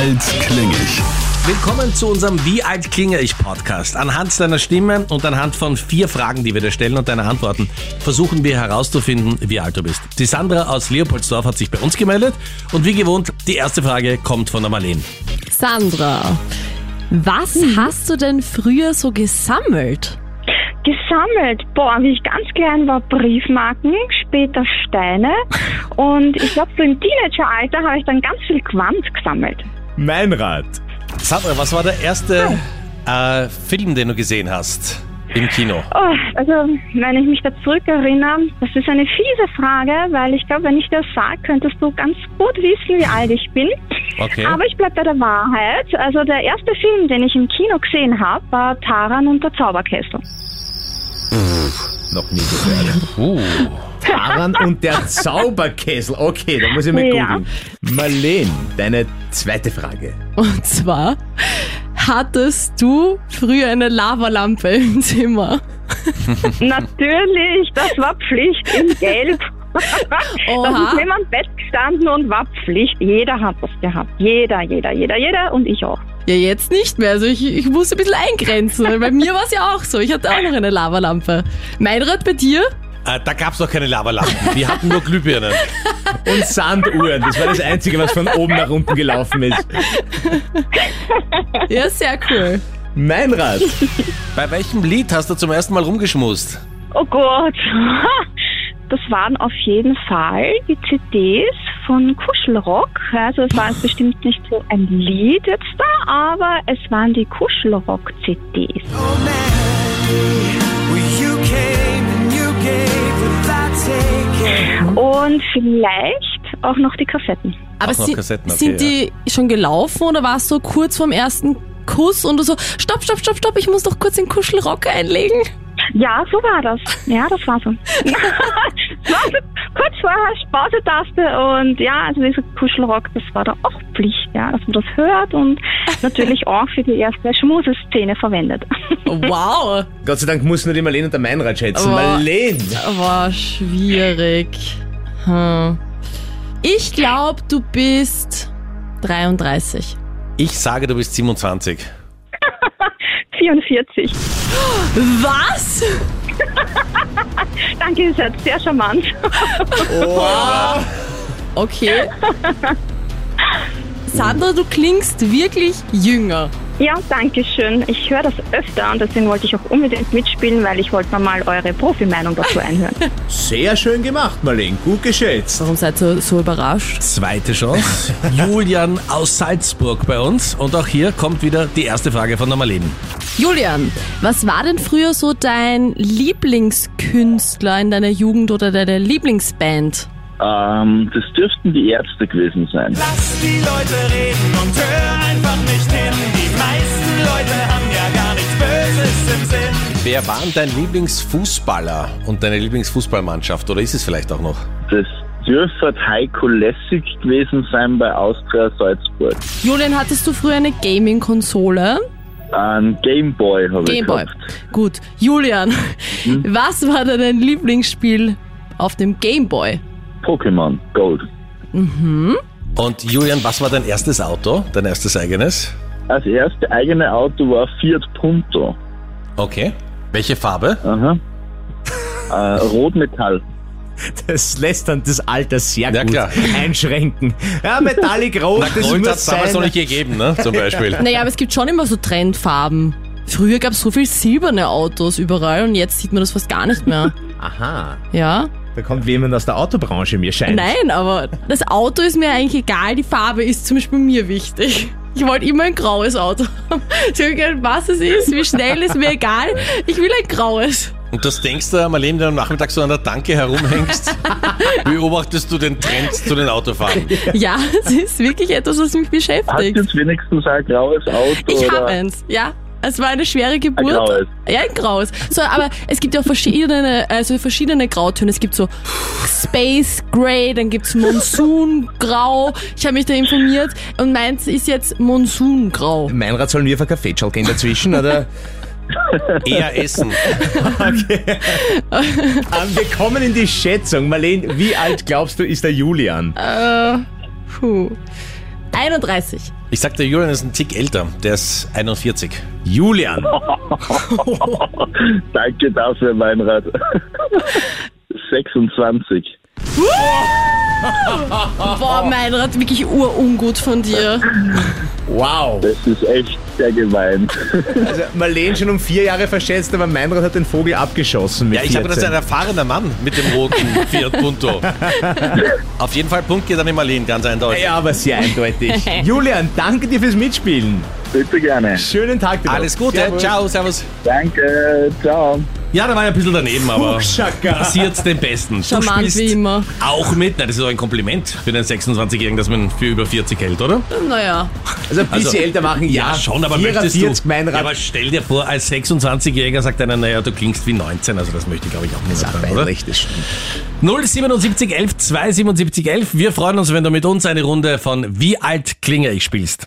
alt klinge ich? Willkommen zu unserem Wie alt klinge ich Podcast. Anhand deiner Stimme und anhand von 4 Fragen, die wir dir stellen und deiner Antworten, versuchen wir herauszufinden, wie alt du bist. Die Sandra aus Leopoldsdorf hat sich bei uns gemeldet und wie gewohnt, die erste Frage kommt von der Marlene. Sandra, was hast du denn früher so gesammelt? Gesammelt? Boah, wie ich ganz klein war, Briefmarken, später Steine und ich glaube, so im Teenageralter habe ich dann ganz viel Quant gesammelt. Meinrad. Sandra, was war der erste Film, den du gesehen hast im Kino? Oh, also, wenn ich mich da zurückerinnere, das ist eine fiese Frage, weil ich glaube, wenn ich das sage, könntest du ganz gut wissen, wie alt ich bin. Okay. Aber ich bleibe bei der Wahrheit. Also der erste Film, den ich im Kino gesehen habe, war Taran und der Zauberkessel. Noch nie gehört. Taran und der Zauberkessel. Okay, da muss ich mal googeln. Marlene, deine zweite Frage. Und zwar, hattest du früher eine Lavalampe im Zimmer? Natürlich, das war Pflicht in Gelb. Oha. Das ist neben dem Bett gestanden und war Pflicht. Jeder hat das gehabt. Jeder und ich auch. Ja, jetzt nicht mehr. Also ich muss ein bisschen eingrenzen. Bei mir war es ja auch so. Ich hatte auch noch eine Lavalampe. Meinrad, bei dir? Da gab es noch keine Lavalampen, wir hatten nur Glühbirnen. Und Sanduhren, das war das Einzige, was von oben nach unten gelaufen ist. Ja, sehr cool. Meinrad. Bei welchem Lied hast du zum ersten Mal rumgeschmust? Oh Gott. Das waren auf jeden Fall die CDs von Kuschelrock. Also es war jetzt bestimmt nicht so ein Lied jetzt da, aber es waren die Kuschelrock-CDs. Und vielleicht auch noch die Kassetten. Aber Auch noch Kassetten, okay, sind die schon gelaufen oder warst du kurz vorm ersten Kuss und du so, stopp, ich muss doch kurz den Kuschelrock einlegen? Ja, so war das. Ja, das war so. Kurz vorher Pausetaste und ja, also dieser Kuschelrock, das war da auch Pflicht, ja, dass man das hört und natürlich auch für die erste Schmuseszene verwendet. Wow. Gott sei Dank muss nur die Marlene und der Meinrad schätzen. Aber- Marlene. War schwierig. Ich glaube, du bist 33. Ich sage, du bist 27. 44. Was? Danke, ihr seid sehr charmant. Wow. Okay. Sandra, du klingst wirklich jünger. Ja, danke schön. Ich höre das öfter und deswegen wollte ich auch unbedingt mitspielen, weil ich wollte mir mal eure Profimeinung dazu einhören. Sehr schön gemacht, Marlene. Gut geschätzt. Warum seid ihr so überrascht? Zweite Chance. Julian aus Salzburg bei uns. Und auch hier kommt wieder die erste Frage von der Marlene. Julian, was war denn früher so dein Lieblingskünstler in deiner Jugend oder deine Lieblingsband? Das dürften die Ärzte gewesen sein. Lass die Leute reden und hör einfach nicht hin. Die meisten Leute haben ja gar nichts Böses im Sinn. Wer war denn dein Lieblingsfußballer und deine Lieblingsfußballmannschaft? Oder ist es vielleicht auch noch? Das dürfte Heiko Lessig gewesen sein bei Austria Salzburg. Julian, hattest du früher eine Gaming-Konsole? Ein Gameboy habe ich Gameboy. gehabt. Gut. Julian, was war denn dein Lieblingsspiel auf dem Gameboy? Pokémon Gold. Und Julian, was war dein erstes Auto? Dein erstes eigenes? Das erste eigene Auto war Fiat Punto. Okay. Welche Farbe? Aha. Rotmetall. Das lässt dann das Alter sehr Ja, gut klar. einschränken. Ja, Metallic Rot, Na, das Gold hat muss es damals noch sein. nicht gegeben, ne? Zum Beispiel. Naja, aber es gibt schon immer so Trendfarben. Früher gab es so viel silberne Autos überall und jetzt sieht man das fast gar nicht mehr. Aha, Ja? da kommt jemand aus der Autobranche, mir scheint. Nein, aber das Auto ist mir eigentlich egal, die Farbe ist zum Beispiel mir wichtig. Ich wollte immer ein graues Auto haben. Ich habe gedacht, was es ist, wie schnell, ist mir egal. Ich will ein graues. Und das denkst du, Marlene, wenn du am Nachmittag so an der Tanke herumhängst, beobachtest du den Trend zu den Autofahren. Ja, es ist wirklich etwas, was mich Hast du beschäftigt. jetzt wenigstens ein graues Auto? Ich habe oder? eins, ja. Es war eine schwere Geburt. Ein graues. Ja, ein graues. So, aber es gibt ja auch verschiedene Grautöne. Es gibt so Space Grey, dann gibt's Monsun Grau. Ich habe mich da informiert und meins ist jetzt Monsun Grau. Meinrad, sollen wir auf ein Kaffeetschal gehen dazwischen, oder? Eher essen. Okay. Wir kommen in die Schätzung. Marlene, wie alt glaubst du, ist der Julian? Puh. 31. Ich sag, der Julian ist ein Tick älter. Der ist 41. Julian. Danke dafür, Meinrad. 26. Boah, Meinrad, wirklich urungut von dir. Wow. Das ist echt sehr gemein. Also Marlene schon um 4 Jahre verschätzt, aber Meinrad hat den Vogel abgeschossen mit Ja, ich habe das 14. ein erfahrener Mann mit dem roten Fiat Punto. Auf jeden Fall Punkt geht an den Marlene, ganz eindeutig. Ja, aber sehr eindeutig. Julian, danke dir fürs Mitspielen. Bitte gerne. Schönen Tag dir noch. Alles Gute, Servus. ciao, servus. Danke, ciao. Ja, da war ja ein bisschen daneben, aber Schaka. passiert's den Besten. Du Charmant spielst wie immer. auch mit. Na, das ist doch ein Kompliment für den 26-Jährigen, dass man für über 40 hält, oder? Naja. Also ein bisschen älter machen, ja. schon, aber 44 möchtest du... Meinrad. Ja, aber stell dir vor, als 26-Jähriger sagt einer, naja, du klingst wie 19, also das möchte ich, glaube ich, auch nicht mehr sagen, oder? Peinlich, das stimmt. 07711 27711. Wir freuen uns, wenn du mit uns eine Runde von Wie alt klinge ich spielst.